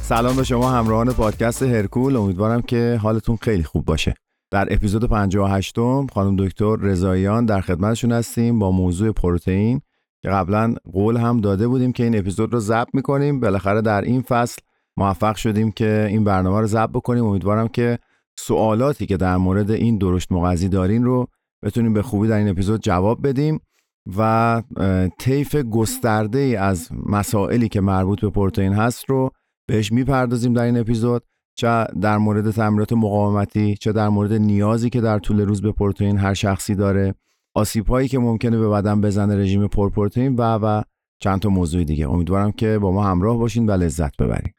سلام به شما همراهان پادکست هرکول، امیدوارم که حالتون خیلی خوب باشه. در اپیزود 58 خانم دکتر رضاییان در خدمتشون هستیم با موضوع پروتئین که قبلا قول هم داده بودیم که این اپیزود رو ضبط می‌کنیم. بالاخره در این فصل موفق شدیم که این برنامه رو ضبط بکنیم. امیدوارم که سوالاتی که در مورد این درشت مغذی دارین رو بتونیم به خوبی در این اپیزود جواب بدیم و طیف گسترده‌ای از مسائلی که مربوط به پروتئین هست رو بهش میپردازیم در این اپیزود، چه در مورد تمرینات مقاومتی، چه در مورد نیازی که در طول روز به پروتئین هر شخصی داره، آسیب‌هایی که ممکنه به بدن بزنه رژیم پرپروتئین و چند تا موضوع دیگه. امیدوارم که با ما همراه باشین و لذت ببرین.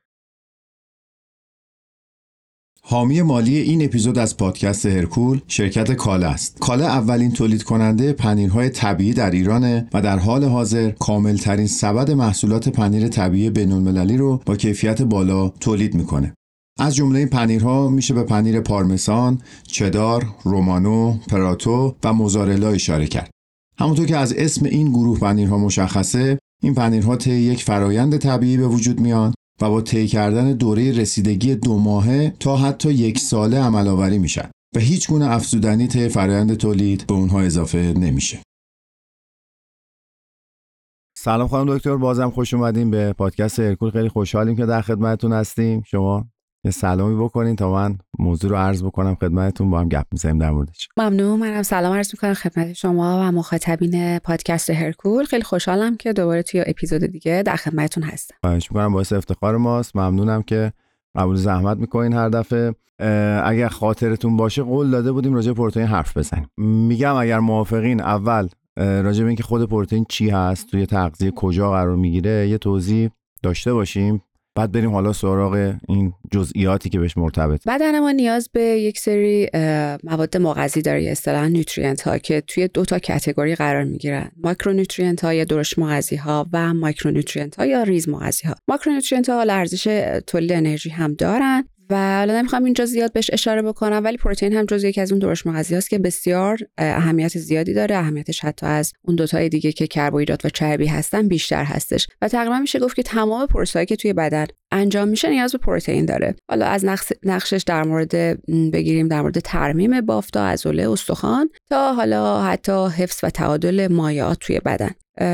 حامی مالی این اپیزود از پادکست هرکول شرکت کاله است. کاله اولین تولید کننده پنیرهای طبیعی در ایرانه و در حال حاضر کاملترین سبد محصولات پنیر طبیعی بین‌المللی رو با کیفیت بالا تولید میکنه. از جمله این پنیرها میشه به پنیر پارمسان، چدار، رومانو، پراتو و موزارلا اشاره کرد. همونطور که از اسم این گروه پنیرها مشخصه، این پنیرها طی یک فرایند طبیعی به وجود میان و با طی کردن دوره رسیدگی 2 ماهه تا حتی 1 ساله عمل‌آوری میشن و هیچ گونه افزودنی طی فرآیند تولید به اونها اضافه نمیشه. سلام خانم دکتر، بازم خوش اومدین به پادکست هرکول. خیلی خوشحالیم که در خدمتتون هستیم. شما یه سلامی بکنین تا من موضوع رو عرض بکنم خدمتتون، با هم گپ می‌زنیم در موردش. ممنون. منم سلام عرض می‌کنم خدمت شما و مخاطبین پادکست هرکول. خیلی خوشحالم که دوباره توی اپیزود دیگه در خدمتتون هستم. خواهش می‌کنم، باعث افتخار ماست. ممنونم که قبول زحمت می‌کنین هر دفعه. اگر خاطرتون باشه قول داده بودیم راجع به پروتئین حرف بزنیم. میگم اگر موافقین اول راجع به اینکه خود پروتئین چی هست، توی تغذیه کجا قرار میگیره یه توضیح داشته باشیم، بعد بریم حالا سراغ این جزئیاتی که بهش مرتبط. بدن ما نیاز به یک سری مواد مغذی داره، اصطلاحاً نوتریانت ها، که توی 2 تا کاتگوری قرار میگیرن: ماکرونوتریانت ها یا درشت مغذی ها و مایکرونوتریانت ها یا ریز مغذی ها. ماکرونوتریانت ها ارزش تولید انرژی هم دارن و حالا نمیخوام اینجا زیاد بهش اشاره بکنم، ولی پروتئین هم جزو یکی از اون درشت مغذی است که بسیار اهمیت زیادی داره. اهمیتش حتی از اون 2 تای دیگه که کربوهیدرات و چربی هستن بیشتر هستش و تقریبا میشه گفت که تمام پروسه‌ای که توی بدن انجام میشه نیاز به پروتئین داره. حالا از نقشش در مورد ترمیم بافت، عضله، استخوان تا حالا حتی حفظ و تعادل مایعات توی بدن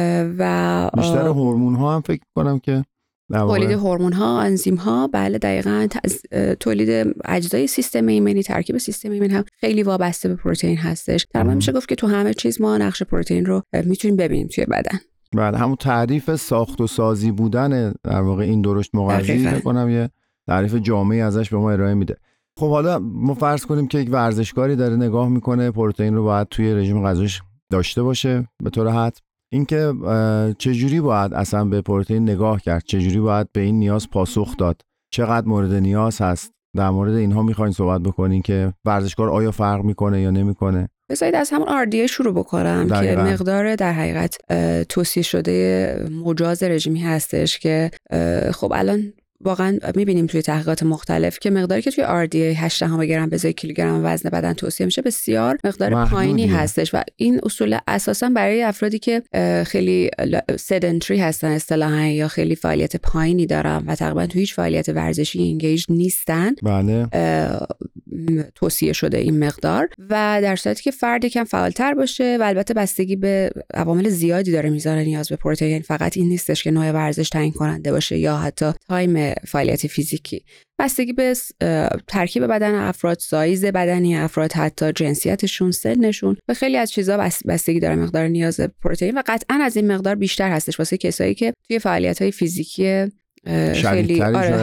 و بیشتر هورمون ها هم فکر کنم که تولید هورمون ها، انزیم ها، بله دقیقاً، تولید اجزای سیستم ایمنی، ترکیب سیستم ایمنی هم خیلی وابسته به پروتئین هستش. تقریبا میشه گفت که تو همه چیز ما نقش پروتئین رو میتونیم ببینیم توی بدن. بله، همون تعریف ساخت و سازی بودن در واقع این درشت مغذی فکر کنم یه تعریف جامعی ازش به ما ارائه میده. خب حالا ما فرض کنیم که یک ورزشکاری داره نگاه میکنه پروتئین رو باید توی رژیم غذایش داشته باشه به طور حتم. اینکه چجوری باید اصلا به پروتئین نگاه کرد، چجوری باید به این نیاز پاسخ داد، چقدر مورد نیاز هست، در مورد اینها میخواین صحبت بکنین که ورزشکار آیا فرق میکنه یا نمیکنه. بذارید از همون RDA شروع بکنم که مقدار در حقیقت توصیه شده مجاز رژیمی هستش که خب الان واقعا میبینیم توی تحقیقات مختلف که مقداری که توی RDA 8 گرم به ازای کیلوگرم وزن بدن توصیه میشه بسیار مقدار پایینی هستش و این اصول اساسا برای افرادی که خیلی سدنتری هستن اصطلاحاً یا خیلی فعالیت پایینی دارن و تقریبا توی هیچ فعالیت ورزشی انگیج نیستن بله توصیه شده این مقدار. و در صورتی که فرد یکم فعالتر باشه و البته بستگی به عوامل زیادی داره میذاره نیاز به پروتئین، فقط این نیستش که نوع ورزش تعیین کننده باشه یا حتی تایم فعالیت فیزیکی، بستگی به ترکیب بدن افراد، سایز بدنی افراد، حتی جنسیتشون، سنشون و خیلی از چیزا بستگی داره مقدار نیاز پروتئین و قطعا از این مقدار بیشتر هستش واسه کسایی که توی فعالیت‌های فیزیکی خیلی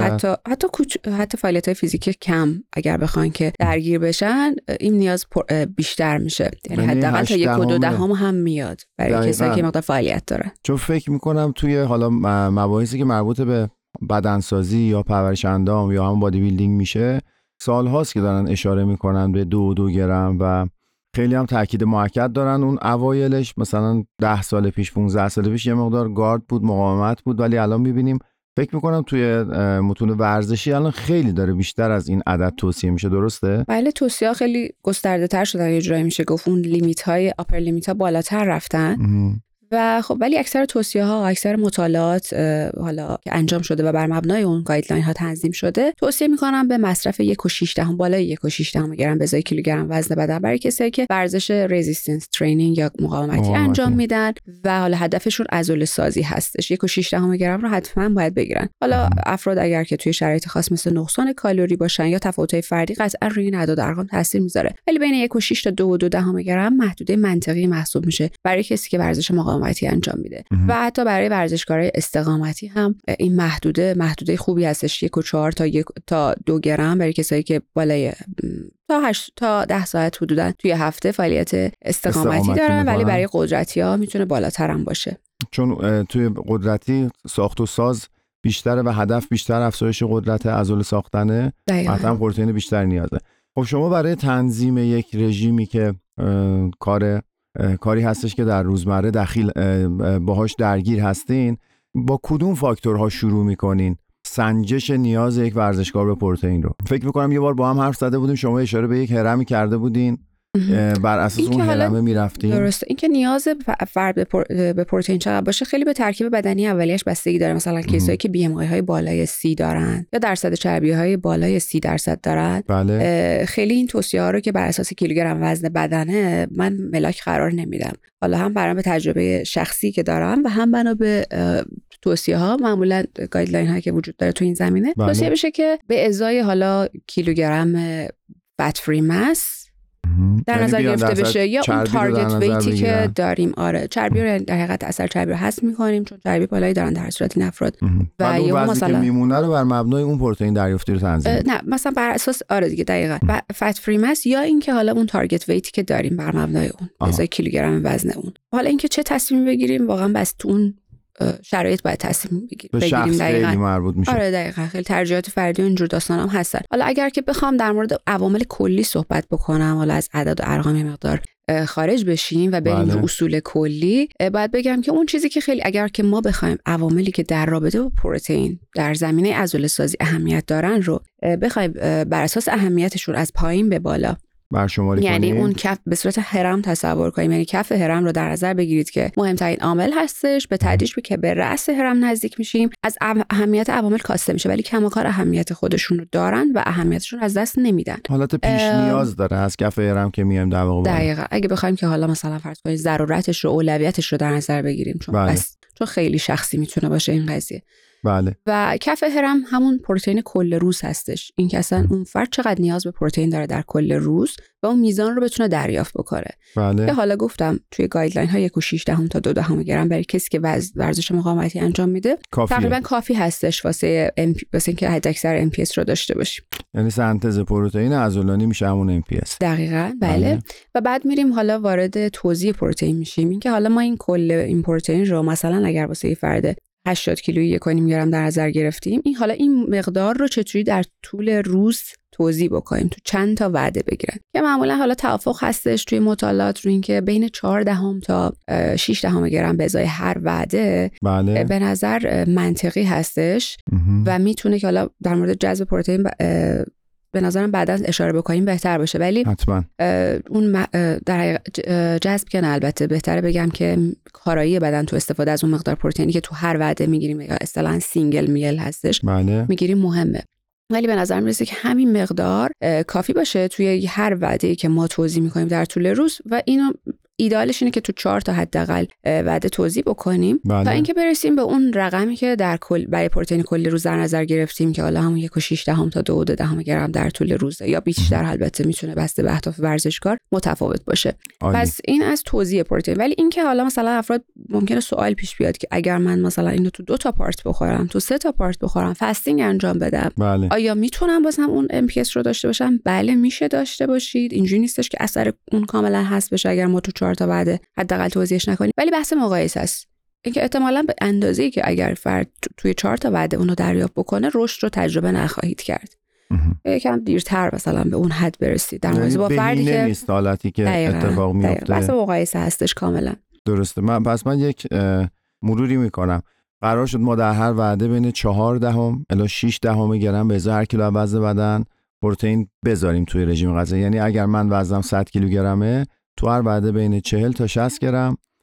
حتی فعالیت‌های فیزیکی کم اگر بخواین که درگیر بشن این نیاز بیشتر میشه، یعنی حداقل تا 1.2 هم میاد برای کسایی که مقدار فعالیت داره. چون فکر میکنم توی حالا مباحثی که مربوط به بدنسازی یا پرورش اندام یا هم بادی بیلدینگ میشه سال هاست که دارن اشاره میکنن به 2 گرم و خیلی هم تاکید موکد دارن. اون اوایلش مثلا 10 سال پیش 15 سال پیش یه مقدار گارد بود، مقاومت بود، ولی الان میبینیم فکر میکنم توی متون ورزشی الان خیلی داره بیشتر از این عدد توصیه میشه. درسته؟ بله، توصیه‌ها خیلی گسترده تر شدن، یه جورایی میشه گفت اون لیمیت های اپر لیمیت ها بالاتر رفتن و خب ولی اکثر توصیه‌ها، اکثر مطالعات حالا که انجام شده و بر مبنای اون گایدلاین ها تنظیم شده، توصیه میکنم به مصرف 1.6 بالای 1.6 گرم به ازای کیلوگرم وزن بدن برای کسایی که ورزش رزिस्टنس ترینینگ یا مقاومتی انجام میدن و حالا هدفشون عضله سازی هستش. 1.6 گرم رو حتما باید بگیرن. حالا افراد اگر که توی شرایط خاص مثل نقصان کالری باشن یا تفاوت‌های فردی قطعا روی این اعداد ارقام تاثیر میذاره، ولی بین 1.6 تا 2.2 گرم محدوده منطقی محسوب میشه برای کسی که ورزش مقاومتی انجام میده. و حتی برای ورزشکارای استقامتی هم این محدوده خوبی هستش. 1.4 تا 2 گرم برای کسایی که بالای تا 8 تا 10 ساعت حدوداً توی هفته فعالیت استقامتی دارن، ولی برای قدرتی‌ها میتونه بالاتر هم باشه. چون توی قدرتی ساخت و ساز بیشتره و هدف بیشتر افزایش قدرت عضله ساختنه، قطعا پروتئین بیشتر نیازه. خب شما برای تنظیم یک رژیمی که کاری هستش که در روزمره باهاش درگیر هستین، با کدوم فاکتورها شروع میکنین سنجش نیاز یک ورزشکار به پروتئین رو؟ فکر میکنم یه بار با هم حرف زده بودیم، شما اشاره به یک هرمی کرده بودین، بر اساس اون هرمه میرفتین. درسته. اینکه نیاز فرد به پروتئین چقدر باشه خیلی به ترکیب بدنی اولیش بستگی داره. مثلا کسایی که BMI های بالای 30 دارن یا درصد چربی های بالای 30% دارن، بله. خیلی این توصیه ها رو که بر اساس کیلوگرم وزن بدنه من ملاک قرار نمیدم. حالا هم برام به تجربه شخصی که دارم و هم بنا به توصیه ها، معمولا گایدلاین هایی که وجود داره تو این زمینه، توصیه بشه که به ازای حالا کیلوگرم فت فری ماس در نظر گرفته بشه یا اون تارگت ویتی که داریم. آره، چربی رو در حقیقت اثر چربی رو حذف می‌کنیم چون چربی بالایی دارن در صورت این افراد و یا مثلا میمونه رو بر مبنای اون پروتئین دریافتی رو تنظیم. نه مثلا بر اساس دیگه دقیقاً فت فری ماس یا اینکه حالا اون تارگت ویتی که داریم بر مبنای اون ازای کیلوگرم وزن اون. حالا اینکه چه تصمیمی بگیریم واقعا بس تو اون شرایط باید تصمیم بگیریم. خیلی مربوط میشه. آره دقیقاً، خیلی ترجیحات فردی و اینجور داستانام هستن. حالا اگر که بخوام در مورد عوامل کلی صحبت بکنم، حالا از اعداد و ارقام مقدار خارج بشیم و بریم رو اصول کلی، باید بگم که اون چیزی که خیلی اگر که ما بخوایم عواملی که در رابطه با پروتئین در زمینه عضله سازی اهمیت دارن رو بخوایم بر اساس اهمیتشون از پایین به بالا برشماری کنیم، یعنی اون کف به صورت هرم تصور کنیم، یعنی کف هرم رو در نظر بگیرید که مهمترین عامل هستش، به تدریج که به رأس هرم نزدیک میشیم از اهمیت عوامل کاسته میشه، ولی کماکان اهمیت خودشون رو دارن و اهمیتشون از دست نمیدن. حالت پیش نیاز داره از کف هرم که میایم در واقع. دقیقاً. اگه بخوایم که حالا مثلا فرض کنید ضرورتش رو، اولویتش رو در نظر بگیریم، چون خیلی شخصی میتونه باشه این قضیه. بله. و کف هرم همون پروتئین کل روز هستش. این که اصلا اون فرد چقدر نیاز به پروتئین داره در کل روز و اون میزان رو بتونه دریافت بکنه. بله. که حالا گفتم توی گایدلاین ها 1.6 تا 2 گرم برای کسی که ورزش مقاومتی انجام میده تقریبا کافی هستش واسه اینکه حداکثر MPS رو داشته باشیم. یعنی سنتز پروتئین عضلانی میشه همون MPS. دقیقاً. بله. و بعد میریم حالا وارد توزیع پروتئین میشیم. این که حالا ما این کل این پروتئین رو مثلا اگر واسه فرد 80 کیلویی 1.5 گرم در نظر گرفتیم، این مقدار رو چطوری در طول روز توزیع بکنیم، تو چند تا وعده بگیرن. که معمولا حالا توافق هستش توی مطالعات رو اینکه بین 0.4 تا 6 گرم به ازای هر وعده. بله. به نظر منطقی هستش و میتونه که حالا در مورد جذب پروتئین به نظرم بعدا اشاره بکنیم بهتر باشه، ولی حتما اون در جذب که البته بهتره بگم که کارایی بدن تو استفاده از اون مقدار پروتئینی که تو هر وعده میگیریم یا اصطلاحاً سینگل میل هستش. بله. میگیریم مهمه، ولی به نظر میرسه که همین مقدار کافی باشه توی هر وعده‌ای که ما توزیع میکنیم در طول روز و اینو ایدالش اینه که تو 4 تا حداقل وعده توزیع بکنیم تا اینکه برسیم به اون رقمی که در کل برای پروتئین کل روز در نظر گرفتیم که حالا همون 1.6 تا 2.2 گرم در طول روزه یا بیشتر. البته میتونه بسته به اهداف ورزشکار متفاوت باشه. پس این از توزیع پروتئین. ولی اینکه حالا مثلا افراد ممکنه سوال پیش بیاد که اگر من مثلا اینو تو 2 تا پارت بخورم، تو 3 تا پارت بخورم، فاستینگ انجام بدم، بله. آیا میتونم بازم اون MPS رو داشته باشم؟ بله میشه داشته باشید. اینجوری نیستش که اثر اون کاملا حذف بشه اگر ما تو 4 تا وعده حداقل توزیعش نکنیم، ولی بحث مقایسه است. اینکه احتمالاً به اندازه‌ای که اگر فرد توی 4 تا وعده اونو دریافت بکنه رشد رو تجربه نخواهید کرد. یکم دیرتر مثلا به اون حد برسید در مقایسه با فردی که نیست حالتی که اتفاق میفته. بحث مقایسه هستش کاملا. درسته. من یک مروری میکنم. قرار شد ما در هر وعده بین 0.4 الی 6 گرم به ازای هر کیلو وزن بدن پروتئین بذاریم توی رژیم غذایی. یعنی اگر من وزنم 100 کیلوگرمه، تو هر وعده بین 40 تا 60 گرم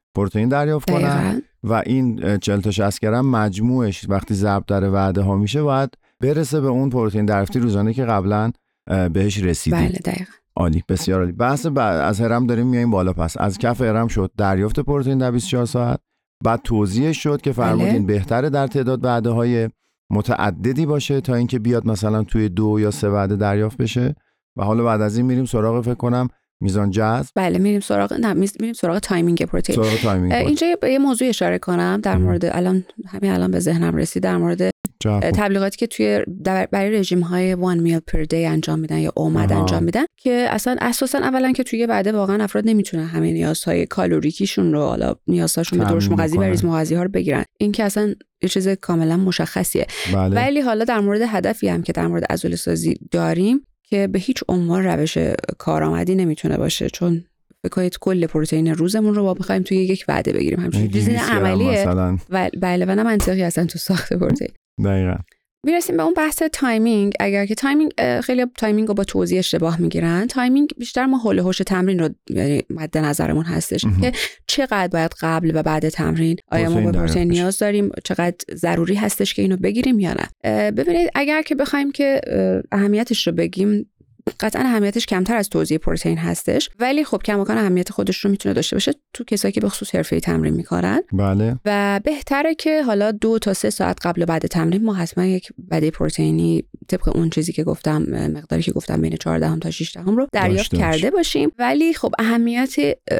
پروتئین دریافت کنن دقیقاً. و این 40 تا 60 گرم مجموعش وقتی ضرب در وعده ها میشه باید برسه به اون پروتئین دریافتی روزانه که قبلا بهش رسیدید. بله دقیقاً. عالی، بسیار عالی. بحث از هرم داریم میایم بالا. پس از کف هرم شد دریافت پروتئین در 24 ساعت، بعد توزیع شد که فرمودین بهتره در تعداد وعده های متعددی باشه تا اینکه بیاد مثلا توی 2 یا 3 وعده دریافت بشه. و حالا بعد از این میریم سراغ فکر کنم میزان جذب. بله میریم سراغ تایمینگ پروتئین. اینجا یه موضوع اشاره کنم در مورد الان به ذهنم رسید، در مورد تبلیغاتی که توی برای رژیم های 1 meal per day انجام میدن یا اومد انجام میدن که اصلا اساسا اولا که توی وعده واقعا افراد نمیتونن همه نیازهای کالوریکیشون رو، حالا نیازهاشون به درشت مغذی و ریز مغذی ها رو بگیرن. این که اصلا یه چیز کاملا مشخصیه. بله. ولی حالا در مورد هدفی هم که در مورد عضله سازی داریم که به هیچ عنوان روش کارآمدی نمیتونه باشه، چون بخواید کل پروتئین روزمون رو بخوایم توی یک وعده بگیریم همچین چیزی نه عملیه بله و نه منطقی اصلا تو ساخت پروتئین. دقیقاً. میرسیم به اون بحث تایمینگ. اگر که خیلی تایمینگ رو با توزیع اشتباه میگیرن. تایمینگ بیشتر ما حول و حوش تمرین رو یعنی مد نظرمون هستش که چقدر باید قبل و بعد تمرین آیا ما به پروتئین نیاز داریم، چقدر ضروری هستش که اینو بگیریم یا نه. ببینید اگر که بخوایم که اهمیتش رو بگیم، قطعا اهمیتش کمتر از توزیع پروتئین هستش، ولی خب کماکان اهمیت خودش رو میتونه داشته باشه تو کسایی که به خصوص حرفه‌ای تمرین میکنن. بله. و بهتره که حالا 2 تا 3 ساعت قبل و بعد تمرین ما حتما یک وعده پروتئینی طبق اون چیزی که گفتم، مقداری که گفتم بین 14 تا 16 رو دریافت کرده باشیم. ولی خب اهمیت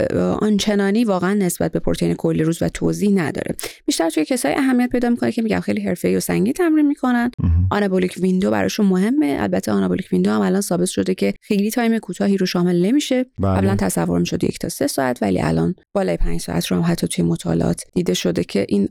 آنچنانی واقعا نسبت به پروتئین کل روز و توزیع نداره. بیشتر توی کسایی اهمیت پیدا میکنه که میگم خیلی حرفه‌ای و سنگین تمرین میکنن. آنابولیک ویندو براشون مهمه. البته آنابولیک ویندو هم الان ثابت شده که خیلی تایم کوتاهی رو شامل نمیشه. قبلا تصور میشد 1 تا 3 ساعت، ولی الان بالای 5 ساعت رو حتی توی مطالعات دیده شده که این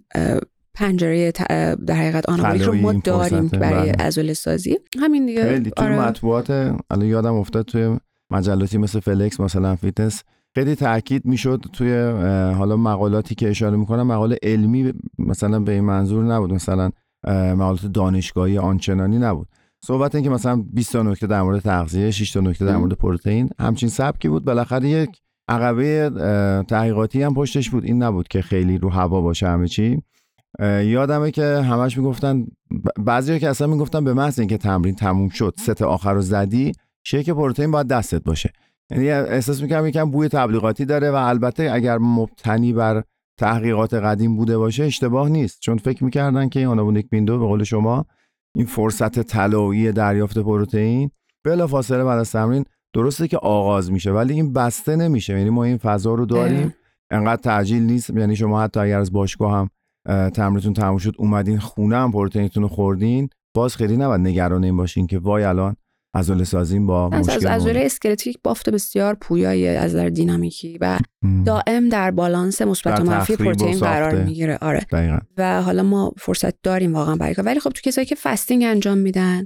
پنجره در حقیقت آنابولیک رو ما داریم برای عضله سازی. همین دیگه. خیلی توی مطبوعات الان یادم افتاد توی مجلاتی مثل فلکس مثلا فیتنس خیلی تاکید میشد توی حالا مقالاتی که اشاره میکنم مقاله علمی مثلا به این منظور نبود، مثلا مقالات دانشگاهی آنچنانی نبود. صحبت این که مثلا 20 تا نکته در مورد تغذیه، 6 تا نکته در مورد پروتئین، همچین سبکی بود. بالاخره یک عقبه تحقیقاتی هم پشتش بود. این نبود که خیلی رو هوا باشه همه چی. یادمه که همش میگفتن، بعضیا که اصلا میگفتن به محض اینکه تمرین تموم شد 3 تا آخر رو زدی، شیک پروتئین باید دستت باشه. یعنی احساس می‌کردم یکم بوی تبلیغاتی داره و البته اگر مبتنی بر تحقیقات قدیم بوده باشه اشتباه نیست، چون فکر می‌کردن که آنابولیک ویندو به قول شما این فرصت طلایی دریافت پروتئین بلافاصله بعد از تمرین درسته که آغاز میشه، ولی این بسته نمیشه. یعنی ما این فضا رو داریم، انقدر تعجیل نیست. یعنی شما حتی اگر از باشگاه هم تمرینتون تموم شد اومدین خونه هم پروتئینتون رو خوردین، باز خیلی نباید نگران این باشین که وای الان عضله سازیم با مشکل. از عضله اسکلتیک بافت بسیار پویایی از نظر دینامیکی و دائم در بالانس مثبت و منفی پروتئین قرار میگیره. آره دقیقاً. و حالا ما فرصت داریم واقعا برای کار. ولی خب تو کسایی که فاستینگ انجام میدن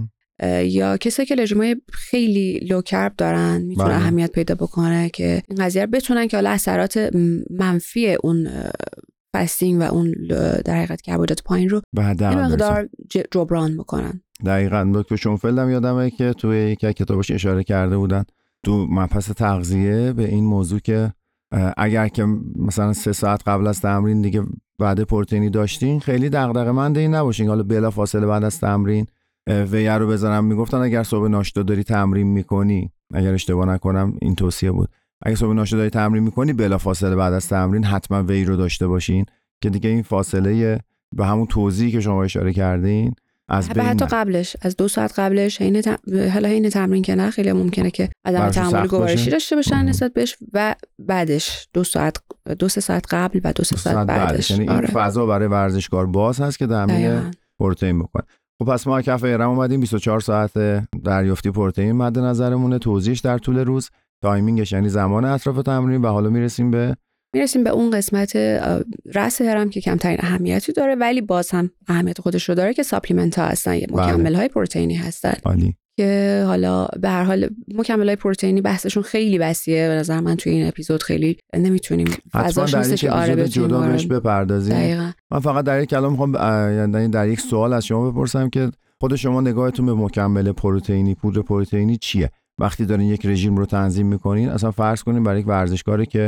یا کسایی که رژیمای خیلی لو کرب دارن میتونه اهمیت پیدا بکنه که این قضیه رو بتونن که حالا اثرات منفی اون فاستینگ و اون در حقیقت کربوهیدرات پایین رو به مقدار جبران بکنن. دقیقاً. دکتر شونفلد هم یادمه که توی یک کتابش اشاره کرده بودن تو مبحث تغذیه به این موضوع که اگر که مثلا 3 ساعت قبل از تمرین دیگه وعده پروتئینی داشتین، خیلی دغدغه‌مند این نباشین حالا بلا فاصله بعد از تمرین ویر رو بزنم. میگفتن اگر صبح ناشتا داری تمرین میکنی، اگر اشتباه نکنم این توصیه بود، اگر صبح ناشتا داری تمرین میکنی بلا فاصله بعد از تمرین حتما ویر رو داشته باشین که دیگه این فاصله به همون توضیحی که شما اشاره کردین از بین حتی قبلش از 2 ساعت قبلش حالا تمرین که نه خیلی ممکنه که عدم تحمل گوارشی داشته باشن نسبت بهش و بعدش 2-3 ساعت قبل و 2-3 ساعت بعدش. یعنی این فضا برای ورزشکار باز هست که تامین پروتئین بکنه. خب پس ما کف ارم اومدیم 24 ساعت دریافتی پروتئین مد نظرمونه، توزیعش در طول روز، تایمینگش یعنی زمان اطراف تمرین و حالا میرسیم به اون قسمت رأس هرم که کمترین اهمیتی داره ولی باز هم اهمیت خودش رو داره که ساپلیمنت ها هستن، یه مکمل های پروتئینی هستن. که حالا به هر حال مکمل های پروتئینی بحثشون خیلی وسیعه، به نظر من توی این اپیزود خیلی نمیتونیم فضاش نیست که جدا بهش بپردازیم. دقیقاً. من فقط در یک کلام میخوام یعنی در یک سوال از شما بپرسم که خود شما نگاهتون به مکمل پروتئینی، پودر پروتئینی چیه؟ وقتی دارین یک رژیم رو تنظیم میکنین، اصلا فرض کنین برای یک ورزشکاری که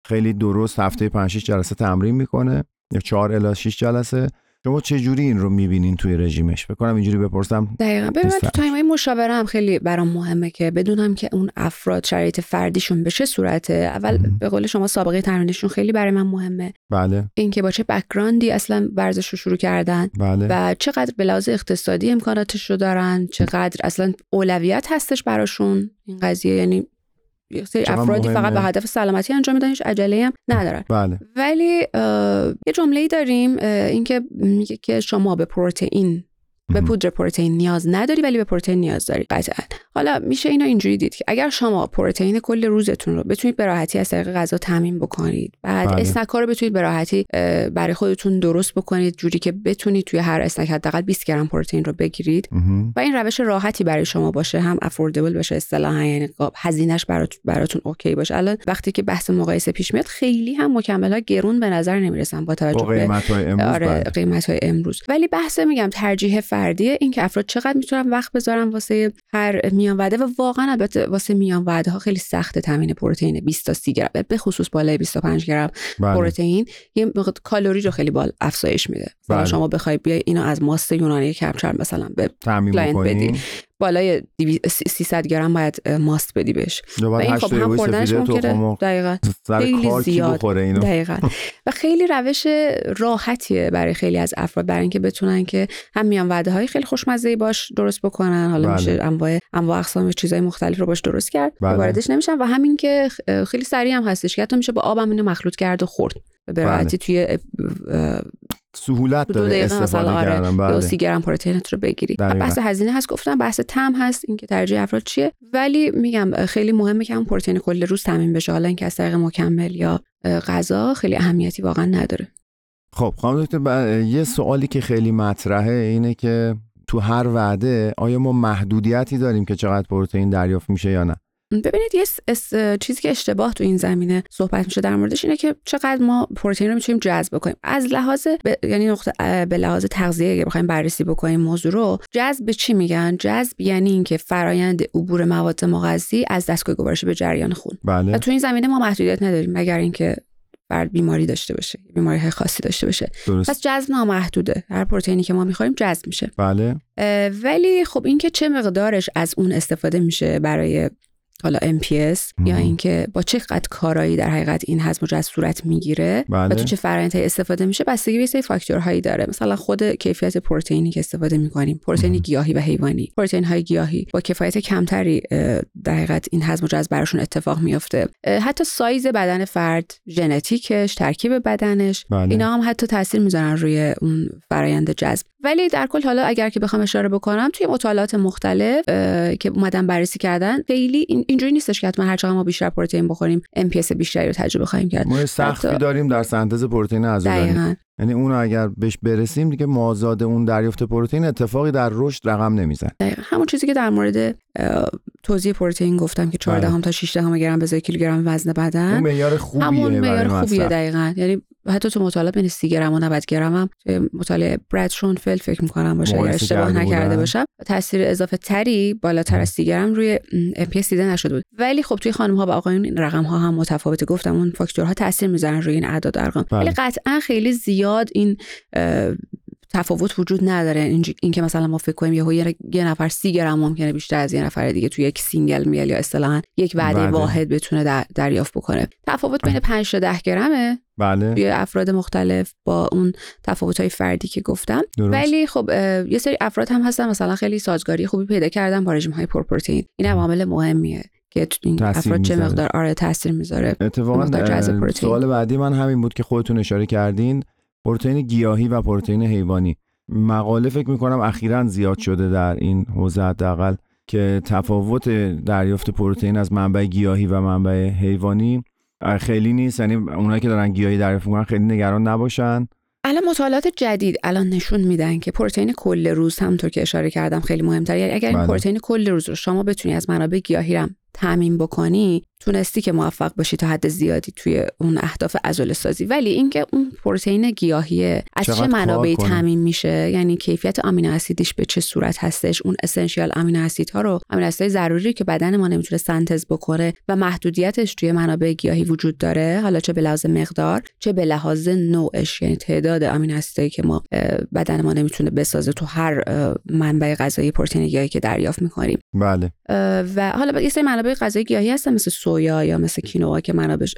خیلی درست هفته 5-6 جلسه تمرین میکنه یا 4 الی 6 جلسه. شما چه جوری این رو میبینین توی رژیمش؟ فکر کنم اینجوری بپرسم. دقیقاً. ببین تو تایمای مشاوره هم خیلی برام مهمه که بدونم که اون افراد شرایط فردیشون به چه صورته. اول به قول شما سابقه تمرینشون خیلی برای من مهمه. بله. اینکه با چه بک‌گراندی اصلا ورزش رو شروع کردن. بله. و چقدر به لحاظ اقتصادی امکاناتش رو دارن، چقدر اصلا اولویت هستش براشون این قضیه. یعنی یه سری افرادی فقط به هدف سلامتی انجام میدن، هیچ عجله‌ای هم ندارن. بله. ولی یه جمله‌ای داریم اینکه میگه که شما به پروتئین، به پودر پروتئین نیاز نداری ولی به پروتئین نیاز داری. قطعاً. حالا میشه اینو اینجوری دید که اگر شما پروتئین کل روزتون رو بتونید به راحتی از طریق غذا تامین بکنید، بعد اسنک‌ها رو بتونید به راحتی برای خودتون درست بکنید جوری که بتونید توی هر اسنک حداقل 20 گرم پروتئین رو بگیرید و این روش راحتی برای شما باشه، هم افوردبل باشه اصطلاحاً، یعنی هزینه‌اش براتون اوکی باشه. الان وقتی که بحث مقایسه پیش میاد خیلی هم مکمل‌ها گرون به نظر نمیرسن با توجه به قیمت‌های امروز. ولی بحث میگم ترجیح فردیه، این که افراد چقدر میتونن وقت بذارن واسه هر میان وعده. و واقعا البته واسه میان وعده ها خیلی سخته تامین پروتئین 20 تا 30 گرم، به خصوص بالای 25 گرم پروتئین یه کالری رو خیلی بالا افزایش میده. مثلا شما بخوای بیای اینو از ماست یونانی کپچر مثلا به کلاینت بدی، بالای 300 گرم باید ماست بدی بهش و این خب هم خوردنش ممکنه دقیقاً خیلی زیاد دقیقاً و خیلی روش راحتیه برای خیلی از افراد برای اینکه بتونن که هم میان وعده های خیلی خوشمزه باش درست بکنن. حالا میشه انواع اقسام چیزای مختلف رو باش درست کرد، واردش نمیشن و همین که خیلی سریع هم هستش که حتی میشه با آب هم اینو مخلوط کرد و خورد به راحتی توی سهولت داره استفاده کردن. بله. 30 گرم پروتئینت رو بگیری. بحث هزینه هست گفتم، بحث طعم هست، اینکه ترجیح افراد چیه. ولی میگم خیلی مهمه که اون پروتئین کل روز تامین بشه، حالا اینکه از طریق مکمل یا غذا خیلی اهمیتی واقعا نداره. خب خانم دکتر، یه سوالی که خیلی مطرحه اینه که تو هر وعده آیا ما محدودیتی داریم که چقدر پروتئین دریافت میشه یا نه؟ ببینید یه چیزی که اشتباه تو این زمینه صحبت میشه در موردش اینه که چقدر ما پروتئین رو میتونیم جذب کنیم. از لحاظ یعنی نقطه به لحاظ تغذیه اگه بخوایم بررسی بکنیم موضوع رو، جذب به چی میگن؟ جذب یعنی اینکه فرایند عبور مواد مغذی از دستگاه گوارش به جریان خون. بله. و تو این زمینه ما محدودیت نداریم مگر اینکه فرد بیماری داشته باشه، بیماری‌های خاصی داشته باشه. پس جذب نامحدوده، هر پروتئینی که ما می‌خوریم جذب میشه. بله. ولی خب این که چه مقدارش از اون استفاده میشه برای حالا MPS یا اینکه با چه قد کارایی در حقیقت این هضم و جذب صورت میگیره و تو چه فرآیندی استفاده میشه، بستگی به سری فاکتورهایی داره. مثلا خود کیفیت پروتئینی که استفاده میکنیم، پروتئین گیاهی و حیوانی، پروتئین های گیاهی با کفایت کمتری در حقیقت این هضم و جذب براشون اتفاق میفته. حتی سایز بدن فرد، ژنتیکش، ترکیب بدنش، اینا هم حتی تاثیر میذارن روی اون فرآیند جذب. ولی در کل حالا اگر که بخوام اشاره بکنم توی مطالعات مختلف که اومدن بررسی کردن، خیلی اینجوری نیستش که حتما هر چقدر ما بیشتر پروتئین بخوریم MPS بیشتری رو تجربه خواهیم کرد. ما سختی داریم در سنتز پروتئین عضلانی، یعنی اون اگر بهش برسیم دیگه مازاد اون دریافت پروتئین اتفاقی در رشد رقم نمیزنه. همون چیزی که در مورد توزیع پروتئین گفتم که 14 تا 16 گرم به ازای کیلوگرم وزن بدن، اون معیار خوبیه، همون معیار خوبیه دقیقاً. یعنی حتی تو مطالعات بین 30 گرم و 90 گرم هم مطالعه براد شونفلد فکر می‌کنم باشه اگر اشتباه نکرده باشم، تاثیر اضافه تری بالاتر از 30 گرم روی MPS دیده نشده بود. ولی خب توی خانم‌ها و آقایون این رقم‌ها هم متفاوته. گفتم اون فاکتورها تاثیر می‌ذارن روی این اعداد و ارقام. ولی قطعاً خیلی زیاد این تفاوت وجود نداره. این که مثلا ما فکر کنیم یه نفر 30 گرم ممکنه بیشتر از یه نفر دیگه توی یک سینگل میل یا اصطلاحاً یک وعده واحد بتونه دریافت بکنه. تفاوت بین 5 تا 10 گرمه. بله. توی افراد مختلف با اون تفاوت‌های فردی که گفتم. ولی خب یه سری افراد هم هستن مثلا خیلی سازگاری خوبی پیدا کردن با رژیم‌های پرپروتئین. این هم عامل مهمیه که این افراد چه مقدار تاثیر میذاره. اتفاقاً سوال بعدی من همین بود که خودتون اشاره کردین، پروتئین گیاهی و پروتئین حیوانی. مقاله فکر می‌کنم اخیراً زیاد شده در این حوزه حداقل که تفاوت دریافت پروتئین از منبع گیاهی و منبع حیوانی خیلی نیست، یعنی اونایی که دارن گیاهی دریافت می‌کنن خیلی نگران نباشن. الان مطالعات جدید نشون میدن که پروتئین کل روز همونطور که اشاره کردم خیلی مهم‌تره. یعنی اگر این پروتئین کل روز رو شما بتونی از منابع گیاهی هم تامین بکنی تونستی که موفق باشی تا حد زیادی توی اون اهداف عضله سازی. ولی اینکه اون پروتئین گیاهی از چه منابعی تامین میشه، یعنی کیفیت آمینو اسیدش به چه صورت هستش، اون اسنشیال آمینو اسیدها رو، آمینو اسیدهای ضروری که بدن ما نمیتونه سنتز بکنه و محدودیتش توی منابع گیاهی وجود داره، حالا چه به لحاظ مقدار چه به لحاظ نوعش، یعنی تعداد آمینو اسیدایی که ما بدن ما نمیتونه بسازه تو هر منبع غذایی پروتئین گیاهی که دریافت می‌کنیم. بله. و حالا یه سری منابع غذایی گیاهی هستن مثل سویا یا مثل کینوا که منابعش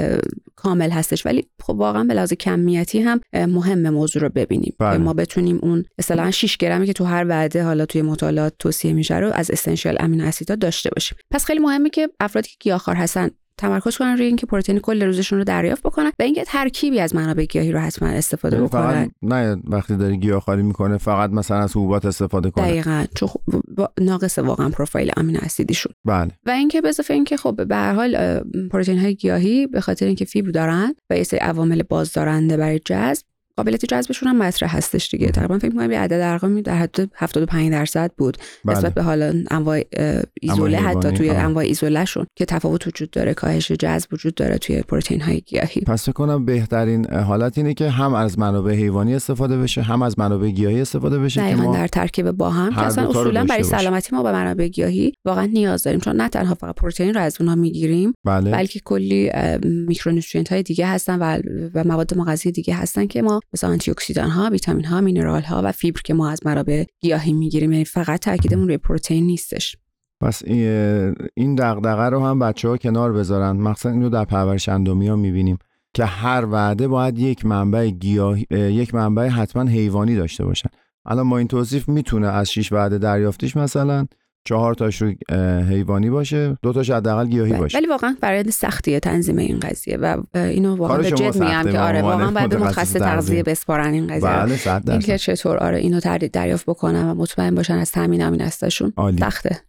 کامل هستش، ولی خب واقعا به لحاظ کمیتی هم مهم موضوع رو ببینیم که ما بتونیم اون مثلا 6 گرمی که تو هر وعده حالا توی مطالعات توصیه میشه رو از اسنشیال امینو اسیدها داشته باشیم. پس خیلی مهمه که افرادی که گیاهخوار هستن تمرکز کنن روی اینکه پروتئین کل روزشون رو دریافت بکنن و اینکه ترکیبی از منابع گیاهی رو حتما استفاده بکنن. نه وقتی داری گیاهخواری میکنه فقط مثلا از حبوبات استفاده کنه. دقیقاً، چون ناقص واقعا پروفایل آمینو اسیدیشون. بله. و اینکه به اضافه اینکه خب به هر حال پروتئین های گیاهی به خاطر اینکه فیبر دارن و یه سری عوامل بازدارنده برای جذب، قابلیت جذبشون هم مطرح هستش دیگه. تقریبا فکر می‌کنم یه عدد ارقامی در حد 75% بود نسبت به حالا انواع ایزوله، حتی توی انواع ایزوله شون که تفاوت وجود داره، کاهش جذب وجود داره توی پروتئین های گیاهی. پس فکر کنم بهترین حالت اینه که هم از منابع حیوانی استفاده بشه هم از منابع گیاهی استفاده بشه که ما در ترکیب با هم که اصلا اصولا برای سلامتی ما به منابع گیاهی واقعا نیاز داریم، چون نه تنها فقط پروتئین رو از اونها میگیریم بلکه کلی میکرونوتریانت های دیگه هستن و مواد مغذی دیگه هستن که ما مثلا آنتی اکسیدان ها، ویتامین ها، مینرال ها و فیبر که ما از منابع گیاهی میگیریم، یعنی فقط تاکیدمون روی پروتئین نیستش. پس این دغدغه رو هم بچه‌ها کنار بذارن. مثلا اینو در پرورش اندومی ها میبینیم که هر وعده باید یک منبع گیاهی، یک منبع حتما حیوانی داشته باشن. الان ما این توصیف میتونه از 6 وعده دریافتیش مثلا 4 تاش رو حیوانی باشه، 2 تاش حداقل گیاهی باشه. ولی واقعا برای سختیه تنظیم این قضیه و اینو واقعا به جد میگم که آره واقعا باید به متخصص تغذیه بسپارن این قضیه. بله 100%. اینکه چطور آره اینو دریافت بکنن و مطمئن باشن از تامین آمینو اسیدشون سخته.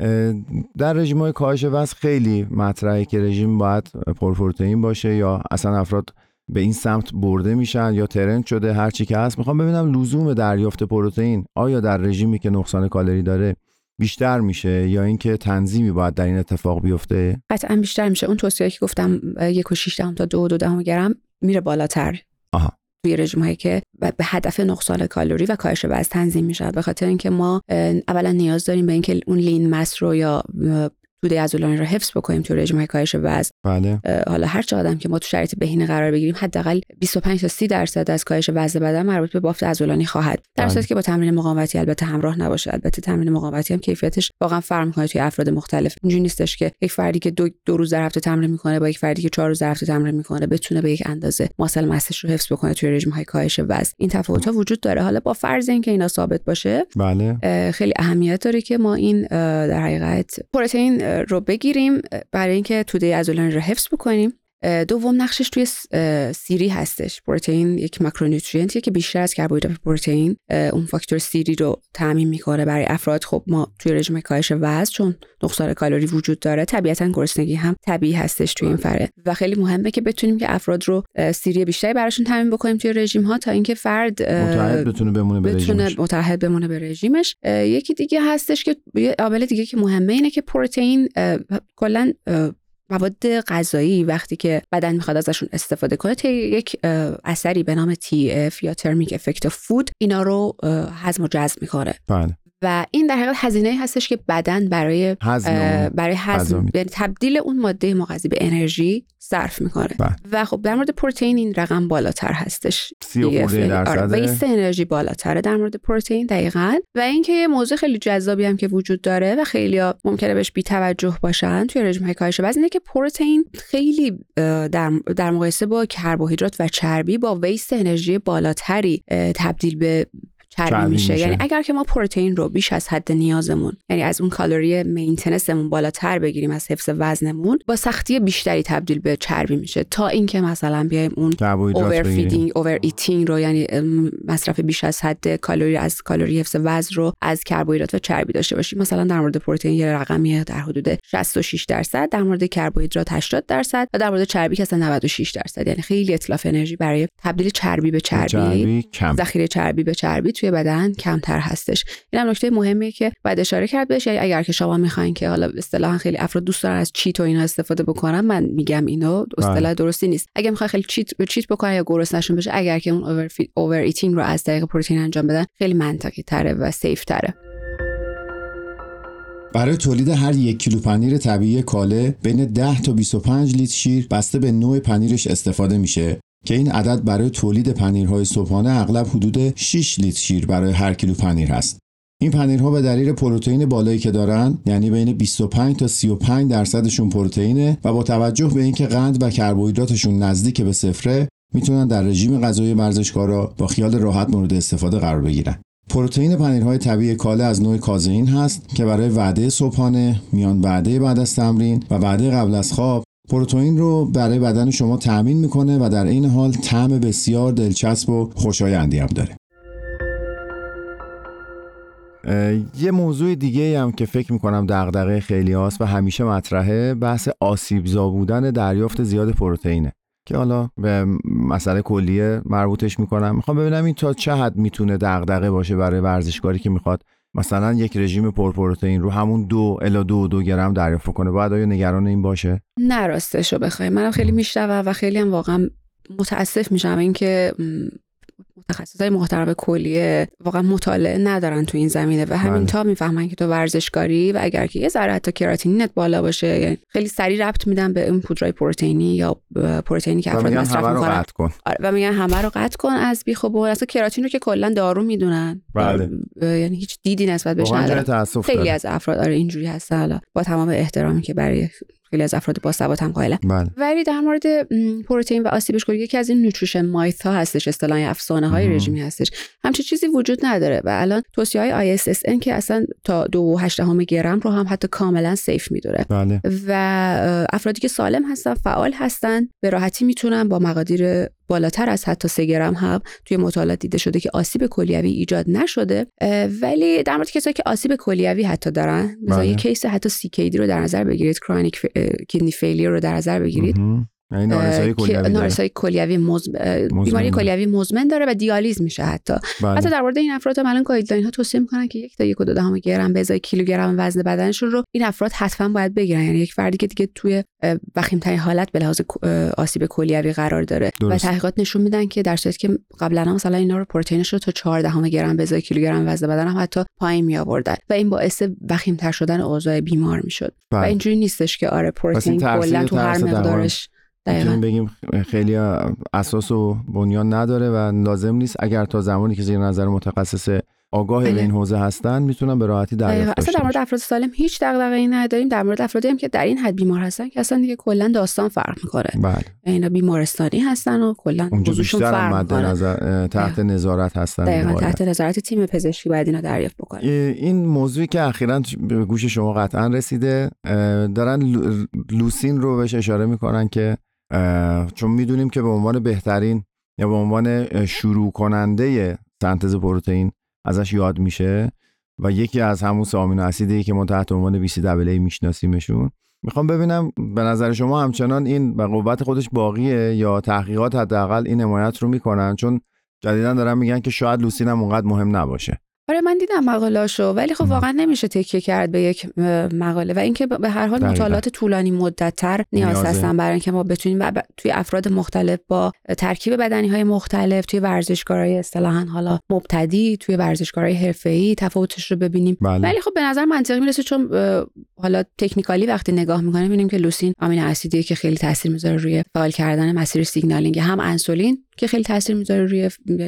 در رژیم‌های کاهش وزن خیلی مطرحه که رژیم باید پرپروتئین باشه یا اصلا افراد به این سمت برده میشن یا ترند شده هر چی که هست. میخوام ببینم لزوم دریافت پروتئین آیا در رژیمی که نقصان کالری داره بیشتر میشه یا اینکه تنظیمی باید در این اتفاق بیفته؟ قطعا بیشتر میشه. اون توصیه‌ای که گفتم 1.6 تا 2.2 گرم میره بالاتر. توی رژیم‌هایی که به هدف نقصان کالری و کاهش وزن تنظیم میشه، به خاطر اینکه ما اولا نیاز داریم به اینکه اون لین مس رو یا توده عضلانی رو حفظ بکنیم تو رژیم‌های کاهش وزن. بله. حالا هر چقدر که ما تو شرایط بهینه قرار بگیریم حداقل 25 تا 30% از کاهش وزن بدن مربوط به بافت عضلانی خواهد. در صورتی که با تمرین مقاومتی البته همراه نباشه. البته تمرین مقاومتی هم کیفیتش واقعا فرق می‌کنه توی افراد مختلف. اینجوری نیستش که یک فردی که دو روز در هفته تمرین می‌کنه با یک فردی که 4 روز در هفته تمرین می‌کنه بتونه به یک اندازه ماسل مسش رو حفظ بکنه توی رژیم‌های کاهش وزن. این تفاوت‌ها وجود داره. حالا با فرض اینکه اینا ثابت باشه، بله، خیلی اهمیت داره که ما این در حقیقت پروتئین رو بگیریم برای اینکه توده عضلانی رو حفظ بکنیم. دوم نقشش توی سیری هستش. پروتئین یک ماکرونوتریانتیه که بیشتر از کربوهیدرات پروتئین اون فاکتور سیری رو تامین میکنه برای افراد. خب ما توی رژیم کاهش وزن چون نقصان کالری وجود داره طبیعتاً گرسنگی هم طبیعی هستش توی این فرآیند و خیلی مهمه که بتونیم که افراد رو سیری بیشتری براشون تامین بکنیم توی رژیم ها تا اینکه فرد متعهد بتونه بمونه به رژیمش. یکی دیگه هستش که عامل دیگه که مهمه اینه که پروتئین کلاً مواد غذایی وقتی که بدن میخواد ازشون استفاده کنه تا یک اثری به نام TEF یا ترمیک افکت فود اینا رو هضم و جذب میکنه. بله. و این در حقیقت هزینه‌ای هستش که بدن برای هضم یعنی تبدیل اون ماده مغذی به انرژی صرف میکنه. و خب در مورد پروتئین این رقم بالاتر هستش. 30% ویست انرژی بالاتره در مورد پروتئین دقیقاً. و اینکه یه موضوع خیلی جذابی هم که وجود داره و خیلی‌ها ممکنه بهش بی‌توجه باشن توی رژیم‌های کاهش وزن اینه که پروتئین خیلی در مقایسه با کربوهیدرات و چربی با ویست انرژی بالاتری تبدیل به چربی میشه. یعنی اگر که ما پروتئین رو بیش از حد نیازمون، یعنی از اون کالری مینتیننسمون بالاتر بگیریم از حفظ وزنمون، با سختی بیشتری تبدیل به چربی میشه تا اینکه مثلا بیایم اون اوور ایتینگ رو، یعنی مصرف بیش از حد کالری از کالری حفظ وزن رو از کربوهیدرات و چربی داشته باشیم. مثلا در مورد پروتئین یه رقمی در حدود 66%، در مورد کربوهیدرات 80% و در مورد چربی که اصلا 96%. یعنی خیلی اتلاف انرژی برای تبدیل چربی به چربی، ذخیره چربی به چربی توی بدن کمتر هستش. این هم نکته مهمیه که باید اشاره کرد بهش. یعنی اگر که شما میخواین که حالا اصطلاحاً خیلی افراد دوست دارن از چیت و اینا استفاده بکنن، من میگم اینو اصطلاح درستی نیست. اگه میخواین خیلی چیت بکنن یا گرسنه‌شون بشه، اگر که اون اوور ایتینگ رو از طریق پروتئین انجام بدن، خیلی منطقی تره و سیف تره. برای تولید هر 1 کیلو پنیر طبیعی کاله بین 10 تا 25 لیتر شیر بسته به نوع پنیرش استفاده میشه که این عدد برای تولید پنیرهای صبحانه اغلب حدود 6 لیتر شیر برای هر کیلو پنیر هست. این پنیرها به دلیل پروتئین بالایی که دارن، یعنی بین 25 تا 35 درصدشون پروتئینه و با توجه به اینکه قند و کربوهیدراتشون نزدیک به صفره، میتونن در رژیم غذایی ورزشکارا با خیال راحت مورد استفاده قرار بگیرن. پروتئین پنیرهای طبیعی کاله از نوع کازئین هست که برای وعده صبحانه، میان وعده بعد از تمرین و وعده قبل از خواب پروتئین رو برای بدن شما تامین میکنه و در این حال طعم بسیار دلچسب و خوشایندی هم داره. یه موضوع دیگه هم که فکر میکنم دغدغه خیلی هاست و همیشه مطرحه، بحث آسیبزا بودن دریافت زیاد پروتئینه که حالا به مسئله کلیه مربوطش میکنم. میخوام ببینم این تا چه حد میتونه دغدغه باشه برای ورزشکاری که میخواد مثلا یک رژیم پرپروتئین رو همون 2 الی 2 گرم دریافت کنه. باید آیا نگران این باشه؟ نه، راستشو بخوای منم خیلی میشنوم و خیلی هم واقعا متاسف میشم اینکه متخصصای محترم کلیه واقعا مطالعه ندارن تو این زمینه و همین تا میفهمن که تو ورزشکاری و اگر که یه ذره حتی کراتینینت بالا باشه، یعنی خیلی سریع ربط میدن به این پودرای پروتئینی یا پروتئینی که افراد مصرف میکنن و میگن همه رو قطع کن از بیخ و بن. اصلا کراتین رو که کلا دارو میدونن، یعنی هیچ دیدی نسبت بهش ندارن. خیلی از افراد اینجوری هستن، حالا با تمام احترامی که برای خیلی از افراد باسواد هم قائلن. ولی در مورد پروتئین و آسیبش کنی، یکی از این نوتریشن مایت ها هستش، اصطلاح افسانه های رژیمی هستش. همچین چیزی وجود نداره و الان توصیه های ISSN که اصلا تا 2.8 گرم رو هم حتی کاملا سیف میداره. و افرادی که سالم هستن، فعال هستن، به راحتی میتونن با مقادیر بالاتر از حتی 3 گرم هم توی مطالعات دیده شده که آسیب کلیوی ایجاد نشده. ولی در مورد کسایی که آسیب کلیوی حتی دارن، مثلا یه کیس حتی CKD رو در نظر بگیرید، کرونیک کیدنی فیلیر رو در نظر بگیرید، نارسایی کلیوی بیماری کلیوی مزمن داره و دیالیز میشه. حتی در مورد این افراد هم الان گایدلاین ها توصیه میکنن که 1 تا 1.2 گرم به ازای کیلوگرم وزن بدنشون رو این افراد حتما باید بگیرن. یعنی یک فردی که دیگه توی وخیم‌ترین حالت به لحاظ آسیب کلیوی قرار داره و تحقیقات نشون میدن که در صورتی که قبلا مثلا اینا رو پروتئینش رو تا 14 گرم به ازای کیلوگرم وزن بدن هم حتی پایین می آوردن و این باعث وخیم‌تر شدن اوضاع بیمار میشد. و اینجوری نیستش که آره پروتئین کلا تو هر مقدارش میتونیم بگیم خیلی اساس و بنیان نداره و لازم نیست. اگر تا زمانی که زیر نظر متخصص آگاه به این حوزه هستن میتونن به راحتی دریافت اصلا در مورد افراد سالم هیچ دغدغه‌ای نداریم. در مورد افرادی هم که در این حد بیمار هستن که اصلا دیگه کلا داستان فرق میکنه. اینا بیمارستانی هستن و کلا وضعشون فرق میکنه، تحت نظارت هستن. دقیقاً تحت نظارت تیم پزشکی باید اینا دریافت بکنن. این موضوعی که اخیراً به گوش شما قطعاً رسیده، دارن لوسین رو بهش اشاره میکنن که چون میدونیم که به عنوان بهترین یا به عنوان شروع کننده سنتز پروتئین ازش یاد میشه و یکی از همون 3 آمینو اسیدی که ما تحت عنوان BCAA میشناسیمشون. میخوام ببینم به نظر شما همچنان این به قوت خودش باقیه یا تحقیقات حداقل این حمایت رو میکنن؟ چون جدیداً دارن میگن که شاید لوسین هم اونقدر مهم نباشه. آره من دیدم مقاله‌اشو، ولی خب واقعا نمیشه تکیه کرد به یک مقاله و اینکه به هر حال مطالعات طولانی مدت‌تر نیاز هستن برای اینکه ما بتونیم توی افراد مختلف با ترکیب بدنی‌های مختلف، توی ورزشکارای اصطلاحاً حالا مبتدی، توی ورزشکارای حرفه‌ای تفاوتش رو ببینیم. ولی خب به نظر منطقی میرسه چون حالا تکنیکالی وقتی نگاه می‌کنیم می‌بینیم که لوسین آمینو اسیدیه که خیلی تاثیر می‌ذاره روی فعال کردن مسیر سیگنالینگ، هم انسولین که خیلی تاثیر می‌ذاره روی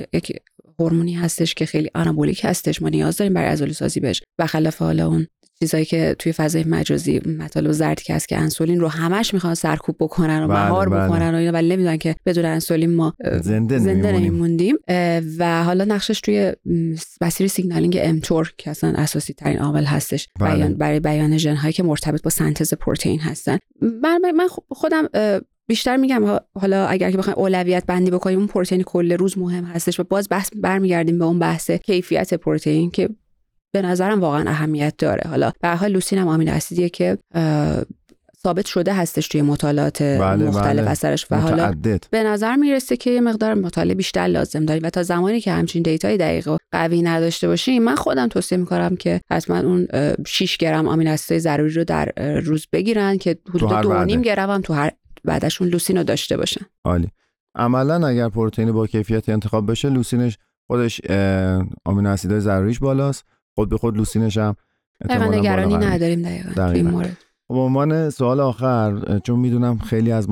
هورمونی هستش که خیلی آنابولیک هستش، ما نیاز داریم برای عضله سازی بهش، و خلاف حالا اون چیزایی که توی فضای مجازی مطالب زردی که هست که انسولین رو همش میخوان سرکوب بکنن و مهار بکنن و اینا، ولی نمیدونن که بدون انسولین ما زنده نمیموندیم. و حالا نقشش توی مسیر سیگنالینگ mTOR که اصلا اساسی ترین عامل هستش برای بیان ژن هایی که مرتبط با سنتز پروتئین هستن. من خودم بیشتر میگم حالا اگر که بخوایم اولویت بندی بکنیم اون پروتئین کل روز مهم هستش و باز بحث برمیگردیم به اون بحث کیفیت پروتئین که به نظرم واقعا اهمیت داره. حالا به هر حال لوسین هم آمینو اسیدیه که ثابت شده هستش توی مطالعات مختلف اثرش و حالا به نظر میرسه که یه مقدار مطالعه بیشتر لازم داریم و تا زمانی که همچین دیتای دقیق و قوی نداشته باشیم من خودم توصیه می‌کنم که حتما اون 6 گرم آمینو اسیدهای ضروری رو در روز بگیرن که حدود 2.5 گرم هم تو هر بعدشون لوسین رو داشته باشن. عالی. عملاً اگر پروتئین با کیفیت انتخاب بشه لوسینش خودش آمینو اسیدهای ضروریش بالاست، خود به خود لوسینش هم احتمالاً نگرانی نداریم دقیقاً این مورد. به عنوان سوال آخر، چون میدونم خیلی از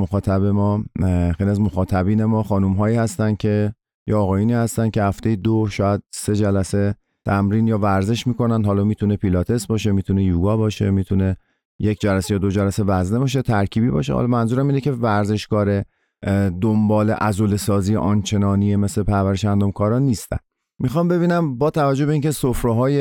مخاطبین ما خانم‌هایی هستن که یا آقایونی هستن که هفته 2 شاید 3 جلسه تمرین یا ورزش میکنن، حالا میتونه پیلاتس باشه، میتونه یوگا باشه، میتونه 1 جلسه یا 2 جلسه وزنه باشه، ترکیبی باشه. حالا منظورم اینه که ورزشکار دنبال عضله سازی آنچنانی مثل پرورش اندامکاران نیستن. میخوام ببینم با توجه به اینکه سفره‌های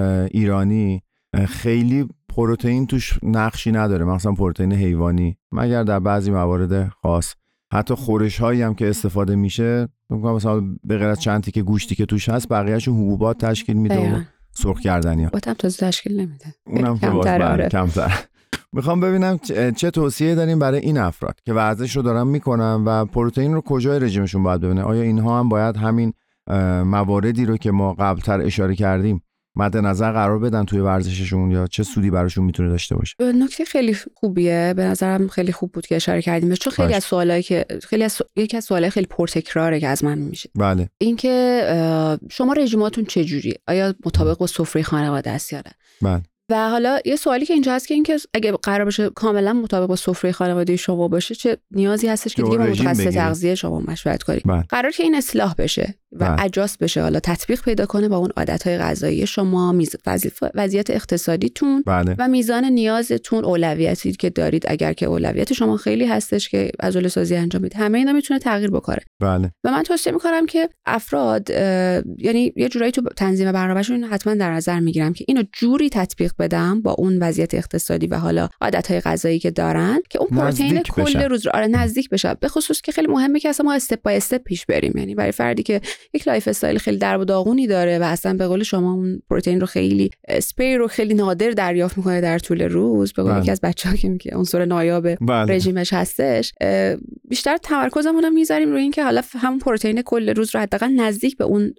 ایرانی خیلی پروتئین توش نقشی نداره، مثلا پروتئین حیوانی، مگر در بعضی موارد خاص، حتی خورش‌هایی هم که استفاده میشه مثلا به غیر از چند تیکه گوشتی که توش هست بقیه‌اشو حبوبات تشکیل میده و سرخ کردنی‌ها. باتم تازه تشکیل نمیده. اونم کمتر. میخوام ببینم چه توصیه داریم برای این افراد که ورزش رو دارن میکنن و پروتئین رو کجای رژیمشون باید ببینه؟ آیا اینها هم باید همین مواردی رو که ما قبلتر اشاره کردیم مد نظر قرار بدن توی ورزششون یا چه سودی براشون میتونه داشته باشه؟ نکته خیلی خوبیه، به نظرم خیلی خوب بود که اشاره کردیم، چون خیلی از سوالایی که یکی از سوالای خیلی پرتکراره که از من میشه. بله. اینکه شما رژیماتون چه جوریه؟ آیا مطابق با سفره خانواده است یا نه؟ بله. و حالا یه سوالی که اینجا هست که اینکه اگه قرار باشه کاملا مطابق با سفره خانواده شما باشه چه نیازی هستش که دیگه با متخصص تغذیه شما مشورت کنید؟ قرار که این اصلاح بشه و اجاست بشه، حالا تطبیق پیدا کنه با اون عادت‌های غذایی شما، وضعیت اقتصادیتون و میزان نیازتون، اولویتی که دارید. اگر که اولویت شما خیلی هستش که عضله سازی انجام بدید، همه اینا میتونه تغییر بکنه. بله. و من توصیه می‌کنم که افراد یعنی یه جورایی تو تنظیم برنامه‌شون حتما در نظر میگیرم که اینو جوری تطبیق بدم با اون وضعیت اقتصادی و حالا عادت‌های غذایی که دارن که اون پروتئین کل روز رو نزدیک بشه. به خصوص که خیلی مهمه که اصلا ما استپ بای استپ پیش بریم، یعنی برای فردی که یک لایف استایل خیلی درب و داغونی داره و اصلا به قول شما اون پروتئین رو خیلی اسپیر رو خیلی نادر دریافت میکنه در طول روز، به قول یکی از بچه‌ها که میگه عنصر نایاب رژیمش هستش، بیشتر تمرکزمون رو میذاریم روی اینکه حالا همون پروتئین کل روز رو حداقل نزدیک به اون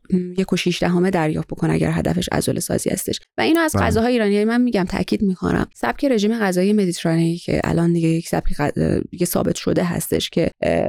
1.6 دریافت بکنه اگر هدفش عضله سازی هستش. و اینو از غذاهای ایرانی من میگم، تاکید میکنم، سبک رژیم غذایی مدیترانه‌ای که الان دیگه یک سبک دیگه ثابت شده هستش که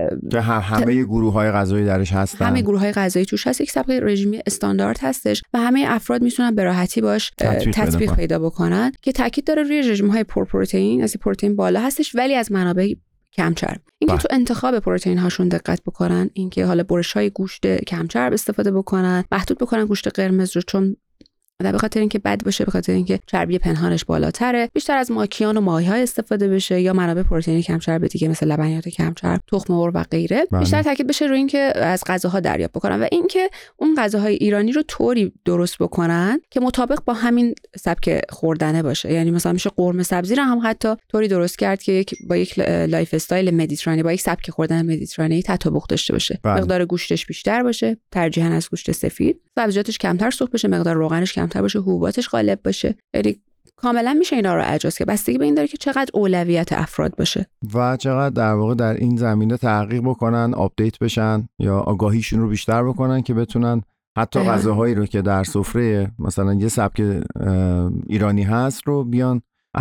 همه گروه‌های غذایی درش هستن، همه گروه‌های غذایی توش هست، یک سبک رژیمی استاندارد هستش و همه افراد میتونن به راحتی باش تطبیق پیدا بکنن که تاکید داره روی رژیم‌های پروتئین، از پروتئین بالا هستش ولی از منابع کم چرب. اینکه تو انتخاب پروتئین هاشون دقت بکنن، اینکه حالا برش‌های گوشت کم چرب استفاده بکنن، محدود بکنن گوشت قرمز رو، چون به خاطر اینکه بد باشه، به خاطر اینکه چربی پنهانش بالاتره، بیشتر از ماکیان و ماهی‌ها استفاده بشه یا منابع پروتئین کم چرب دیگه مثل لبنیات کم چرب، تخم مرغ و غیره. بیشتر تاکید بشه روی اینکه از غذاها دریافت بکنن و اینکه اون غذاهای ایرانی رو طوری درست بکنن که مطابق با همین سبک خوردنه باشه. یعنی مثلا میشه قرمه سبزی رو هم حتی طوری درست کرد که با یک لایف استایل مدیترانه‌ای، با یک سبک خوردن مدیترانه‌ای تطابق داشته باشه. مقدار گوشتش بیشتر باشه، ترجیحاً از گوشت سفید، سبزیجاتش کمتر سوخت بشه، مقدار روغنش کمتر باشه، حبوباتش غالب باشه. یعنی کاملا میشه اینا رو اجاز که بستگی به این داره که چقدر اولویت افراد باشه و چقدر در واقع در این زمینه تحقیق بکنن، آپدیت بشن یا آگاهیشون رو بیشتر بکنن که بتونن حتی غذاهایی رو که در سفره مثلا یه سبک ایرانی هست رو بیان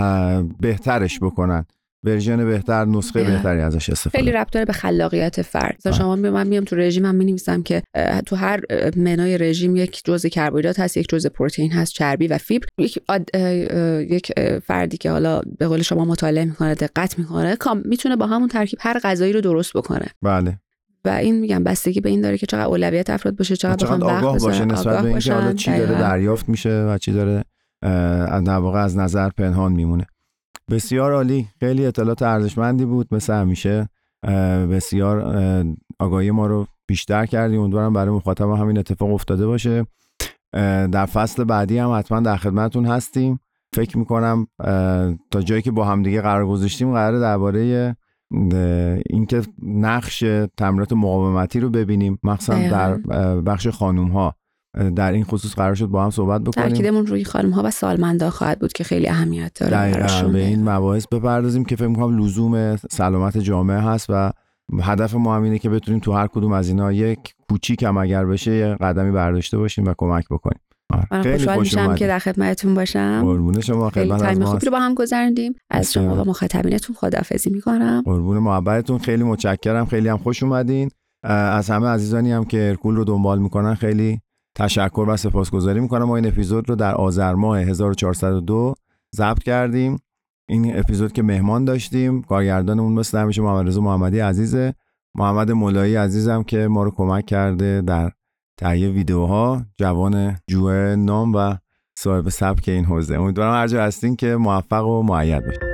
بهترش بکنن، ورژن بهتر، نسخه بهتری ازش استفاده. خیلی ربط داره به خلاقیت فرد. مثلا شما من میام تو رژیمم می‌نویسم که تو هر منوی رژیم یک جزء کربوهیدرات هست، یک جزء پروتئین هست، چربی و فیبر. یک فردی که حالا به قول شما مطالعه میکنه، دقت میکنه، میتونه با همون ترکیب هر غذایی رو درست بکنه. بله. و این میگم بستگی به این داره که چقدر اولویت افراد باشه، چقدر بخوام آگاه باشه نسبت به اینکه حالا چی داره دریافت میشه و چی داره در واقع از نظر پنهان میمونه. بسیار عالی، خیلی اطلاعات ارزشمندی بود مثل همیشه. بسیار آگاهی ما رو بیشتر کردیم. امیدوارم برای مخاطب همین اتفاق افتاده باشه. در فصل بعدی هم حتما در خدمتتون هستیم. فکر میکنم تا جایی که با هم دیگه قرار گذاشتیم قراره درباره اینکه نقش تمرینات مقاومتی رو ببینیم، مخصوصا در بخش خانوم ها در این خصوص قرار شد با هم صحبت بکنیم. تاکیدمون روی خانم‌ها و سالمندان خواهد بود که خیلی اهمیت داره دقیقاً به این مباحث بپردازیم که فکر می‌کنم لزوم سلامت جامعه هست و هدف ما هم اینه که بتونیم تو هر کدوم از اینا یک کوچیک هم اگر بشه یه قدمی برداشته باشیم و کمک بکنیم. خیلی خوشحال میشم که در خدمتتون باشم. قربون شما، خدمت از ما. خوبی رو با هم گذروندیم. از شما و مخاطبینتون خداحافظی میکنم. قربون محبتتون، خیلی متشکرم، خیلی هم خوش اومدین. از همه عزیزانی هم که هرکول رو دنبال میکنن خیلی تشکر و سپاسگزاری میکنم. ما این اپیزود رو در آذر ماه 1402 ضبط کردیم. این اپیزود که مهمان داشتیم، کارگردانمون مثل همیشه محمد رضا محمدی عزیزه، محمد مولایی عزیزم که ما رو کمک کرده در تهیه ویدیوها، جوان جوه نام و صاحب سبک این حوزه. امیدوارم هر جا هستین که موفق و مؤید باشید.